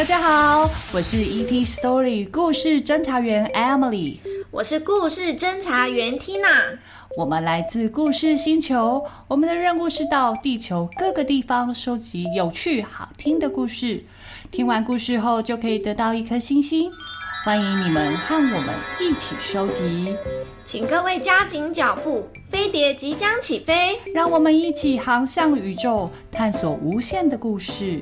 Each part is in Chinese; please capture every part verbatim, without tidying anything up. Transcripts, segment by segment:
家好，我是 E T Story 故事侦查员 Emily， 我是故事侦查员 Tina。 我们来自故事星球，我们的任务是到地球各个地方收集有趣好听的故事。听完故事后就可以得到一颗星星，欢迎你们和我们一起收集。 请各位加紧脚步，飞碟即将起飞， 让我们一起航向宇宙，探索无限的故事。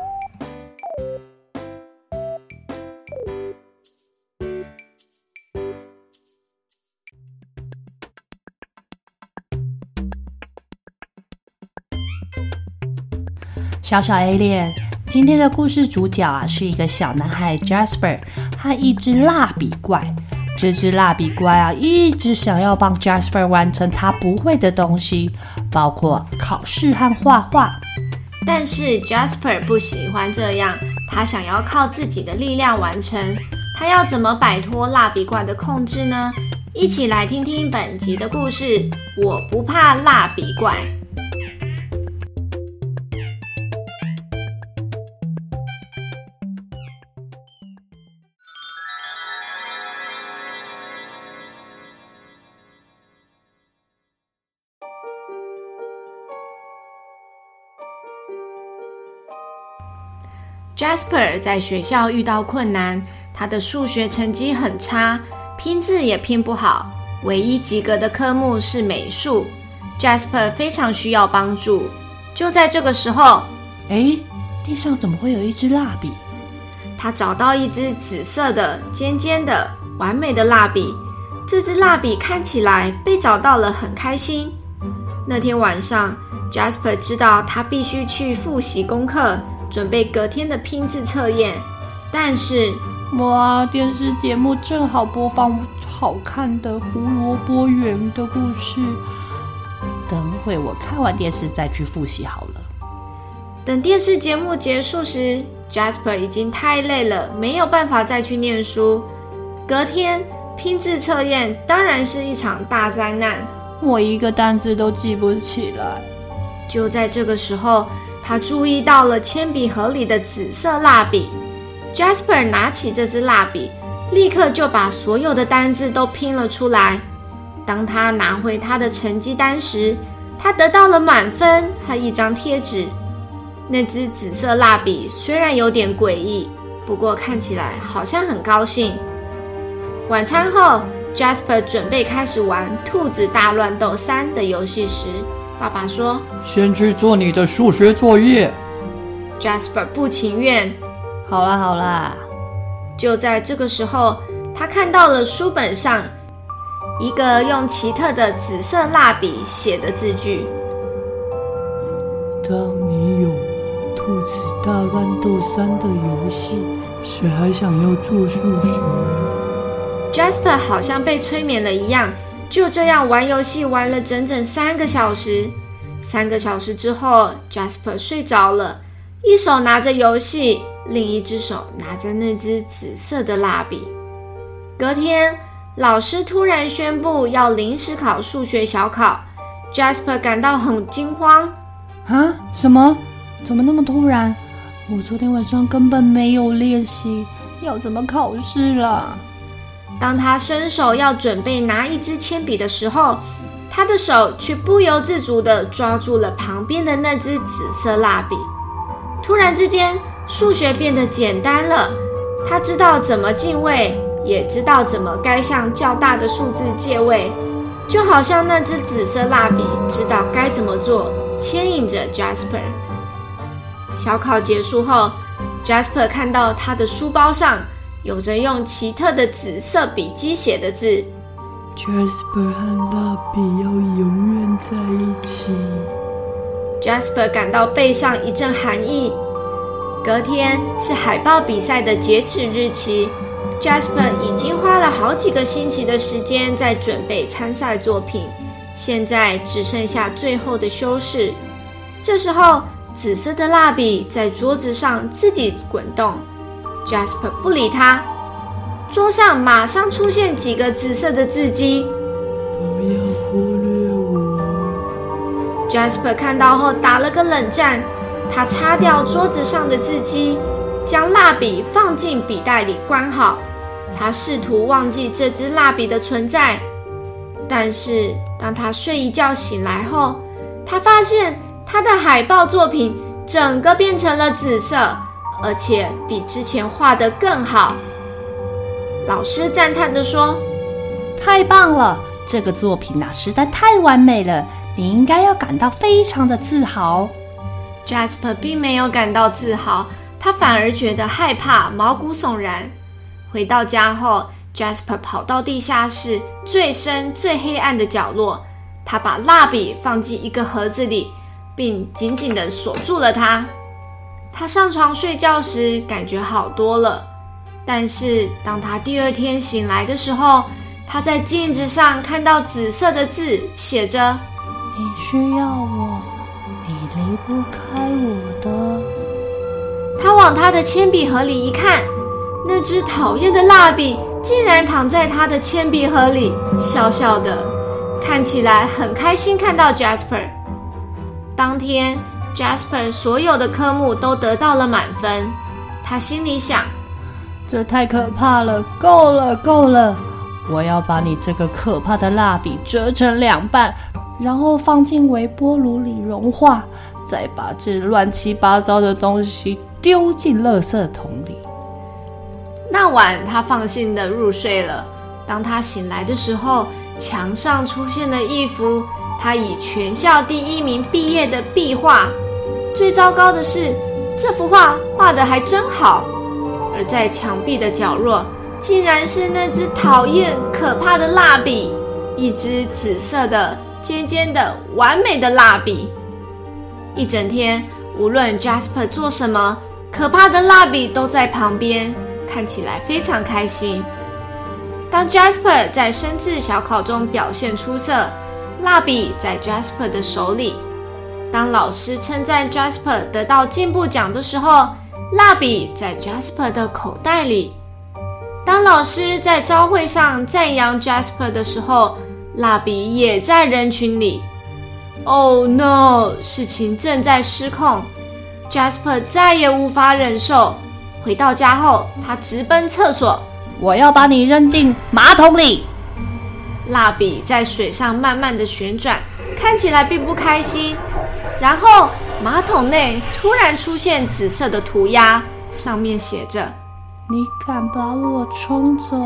小小 Alien， 今天的故事主角啊是一个小男孩 Jasper 和一只蜡笔怪。这只蜡笔怪啊一直想要帮 Jasper 完成他不会的东西，包括考试和画画。 但是 Jasper 不喜欢这样，他想要靠自己的力量完成。他要怎么摆脱蜡笔怪的控制呢？一起来听听本集的故事，我不怕蜡笔怪。Jasper 在学校遇到困难，他的数学成绩很差，拼字也拼不好，唯一及格的科目是美术。Jasper 非常需要帮助。就在这个时候， 诶，地上怎么会有一支蜡笔？ 他找到一支紫色的、尖尖的、完美的蜡笔。这支蜡笔看起来被找到了，很开心。那天晚上 Jasper 知道他必须去复习功课，准备隔天的拼字测验。但是哇，电视节目正好播放好看的胡萝卜园的故事，等会我看完电视再去复习好了。 等电视节目结束时， Jasper 已经太累了，没有办法再去念书。隔天拼字测验当然是一场大灾难， 我一个单字都记不起来。 就在这个时候，他注意到了铅笔盒里的紫色蜡笔。 Jasper 拿起这支蜡笔，立刻就把所有的单字都拼了出来。当他拿回他的成绩单时，他得到了满分和一张贴纸。那支紫色蜡笔虽然有点诡异，不过看起来好像很高兴。晚餐后， Jasper 准备开始玩兔子大乱斗三的游戏时，爸爸说， 先去做你的数学作业。 Jasper 不情愿。 好啦好啦。 就在这个时候，他看到了书本上一个用奇特的紫色蜡笔写的字句。 当你有兔子大乱斗三的游戏，谁还想要做数学？ Jasper 好像被催眠了一样，就这样玩游戏玩了整整三个小时。三个小时之后， Jasper 睡着了，一手拿着游戏，另一只手拿着那支紫色的蜡笔。隔天，老师突然宣布要临时考数学小考。 Jasper 感到很惊慌。 啊？什么？怎么那么突然？我昨天晚上根本没有练习，要怎么考试啦？ 当他伸手要准备拿一支铅笔的时候，他的手却不由自主地抓住了旁边的那支紫色蜡笔。突然之间，数学变得简单了。他知道怎么进位，也知道怎么该向较大的数字借位，就好像那支紫色蜡笔知道该怎么做，牵引着 Jasper。 小考结束后， Jasper 看到他的书包上有着用奇特的紫色笔迹写的字。 Jasper 和蜡笔要永远在一起。 Jasper 感到背上一阵寒意。隔天是海报比赛的截止日期， Jasper 已经花了好几个星期的时间在准备参赛作品，现在只剩下最后的修饰。这时候，紫色的蜡笔在桌子上自己滚动。 Jasper 不理它，桌上马上出现几个紫色的字迹。 不要忽略我。 Jasper 看到后打了个冷战，他擦掉桌子上的字迹， 将蜡笔放进笔袋里关好。他试图忘记这支蜡笔的存在，但是当他睡一觉醒来后，他发现他的海报作品整个变成了紫色，而且比之前画得更好。老师赞叹地说：“ 太棒了，这个作品啊实在太完美了，你应该要感到非常的自豪。” Jasper 并没有感到自豪，他反而觉得害怕，毛骨悚然。回到家后， Jasper 跑到地下室最深最黑暗的角落，他把蜡笔放进一个盒子里，并紧紧地锁住了它。他上床睡觉时感觉好多了，但是当他第二天醒来的时候，他在镜子上看到紫色的字，写着：“ 你需要我，你离不开我的。” 他往他的铅笔盒里一看，那支讨厌的蜡笔竟然躺在他的铅笔盒里，笑笑的，看起来很开心看到 Jasper。 当天 Jasper 所有的科目都得到了满分，他心里想： 这太可怕了，够了够了，我要把你这个可怕的蜡笔折成两半，然后放进微波炉里融化，再把这乱七八糟的东西丢进垃圾桶里。 那晚他放心地入睡了。当他醒来的时候，墙上出现了一幅他以全校第一名毕业的壁画。最糟糕的是，这幅画画得还真好，而在墙壁的角落竟然是那支讨厌可怕的蜡笔，一支紫色的尖尖的完美的蜡笔。一整天无论 Jasper 做什么，可怕的蜡笔都在旁边，看起来非常开心。当 Jasper 在生字小考中表现出色，蜡笔在 Jasper 的手里。当老师称赞 Jasper 得到进步奖的时候，蜡笔在 Jasper 的口袋里。当老师在朝会上赞扬 Jasper 的时候，蜡笔也在人群里。Oh no！ 事情正在失控， Jasper 再也无法忍受。回到家后，他直奔厕所。 我要把你扔进马桶里。 蜡笔在水上慢慢的旋转，看起来并不开心。然后马桶内突然出现紫色的涂鸦，上面写着： 你敢把我冲走？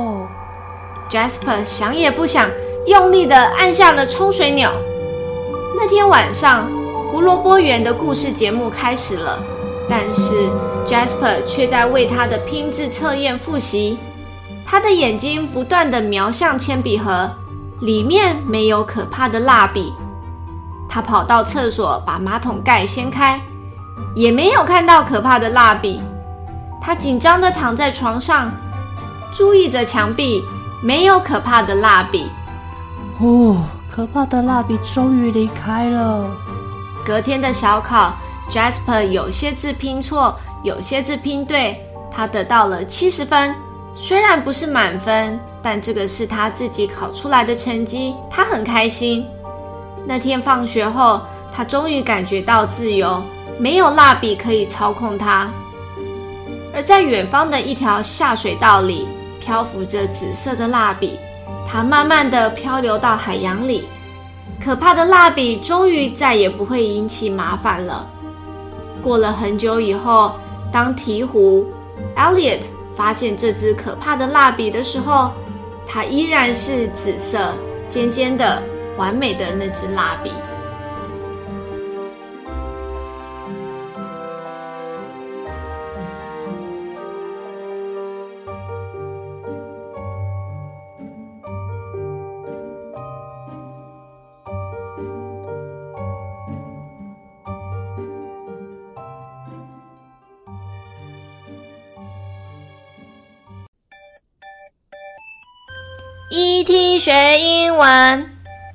Jasper 想也不想，用力地按下了冲水钮。那天晚上，胡萝卜园的故事节目开始了，但是 Jasper 却在为他的拼字测验复习。他的眼睛不断地瞄向铅笔盒，里面没有可怕的蜡笔。他跑到厕所，把马桶盖掀开，也没有看到可怕的蜡笔。他紧张地躺在床上，注意着墙壁，没有可怕的蜡笔。 哦，可怕的蜡笔终于离开了。 隔天的小考， Jasper 有些字拼错，有些字拼对，他得到了七十分。虽然不是满分，但这个是他自己考出来的成绩，他很开心。那天放学后，他终于感觉到自由，没有蜡笔可以操控他。而在远方的一条下水道里，漂浮着紫色的蜡笔，它慢慢地漂流到海洋里。可怕的蜡笔终于再也不会引起麻烦了。过了很久以后，当鹈鹕 Elliot 发现这支可怕的蜡笔的时候，它依然是紫色、尖尖的、完美的那支蜡笔。E T 学英文，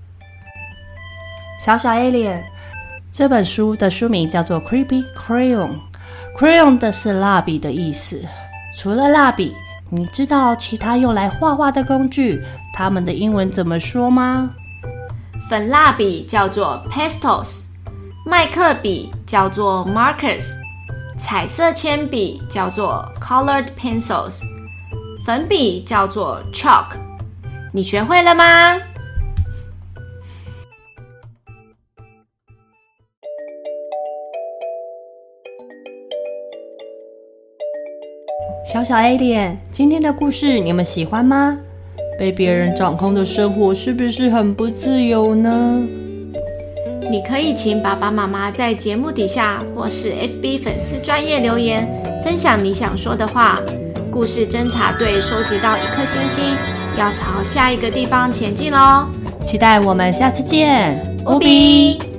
小小 Alien 这本书的书名叫做 Creepy Crayon， Crayon 的是蜡笔的意思。除了蜡笔，你知道其他用来画画的工具它们的英文怎么说吗？ 粉蜡笔叫做 pastels， 麦克笔叫做 markers， 彩色铅笔叫做 colored pencils， 粉笔叫做 chalk。你学会了吗？ 小小 alien， 今天的故事你们喜欢吗？被别人掌控的生活是不是很不自由呢？ 你可以请爸爸妈妈在节目底下或是 F B 粉丝专页留言，分享你想说的话。故事侦查队收集到一颗星星，要朝下一个地方前进咯。 期待我们下次见， 乌比。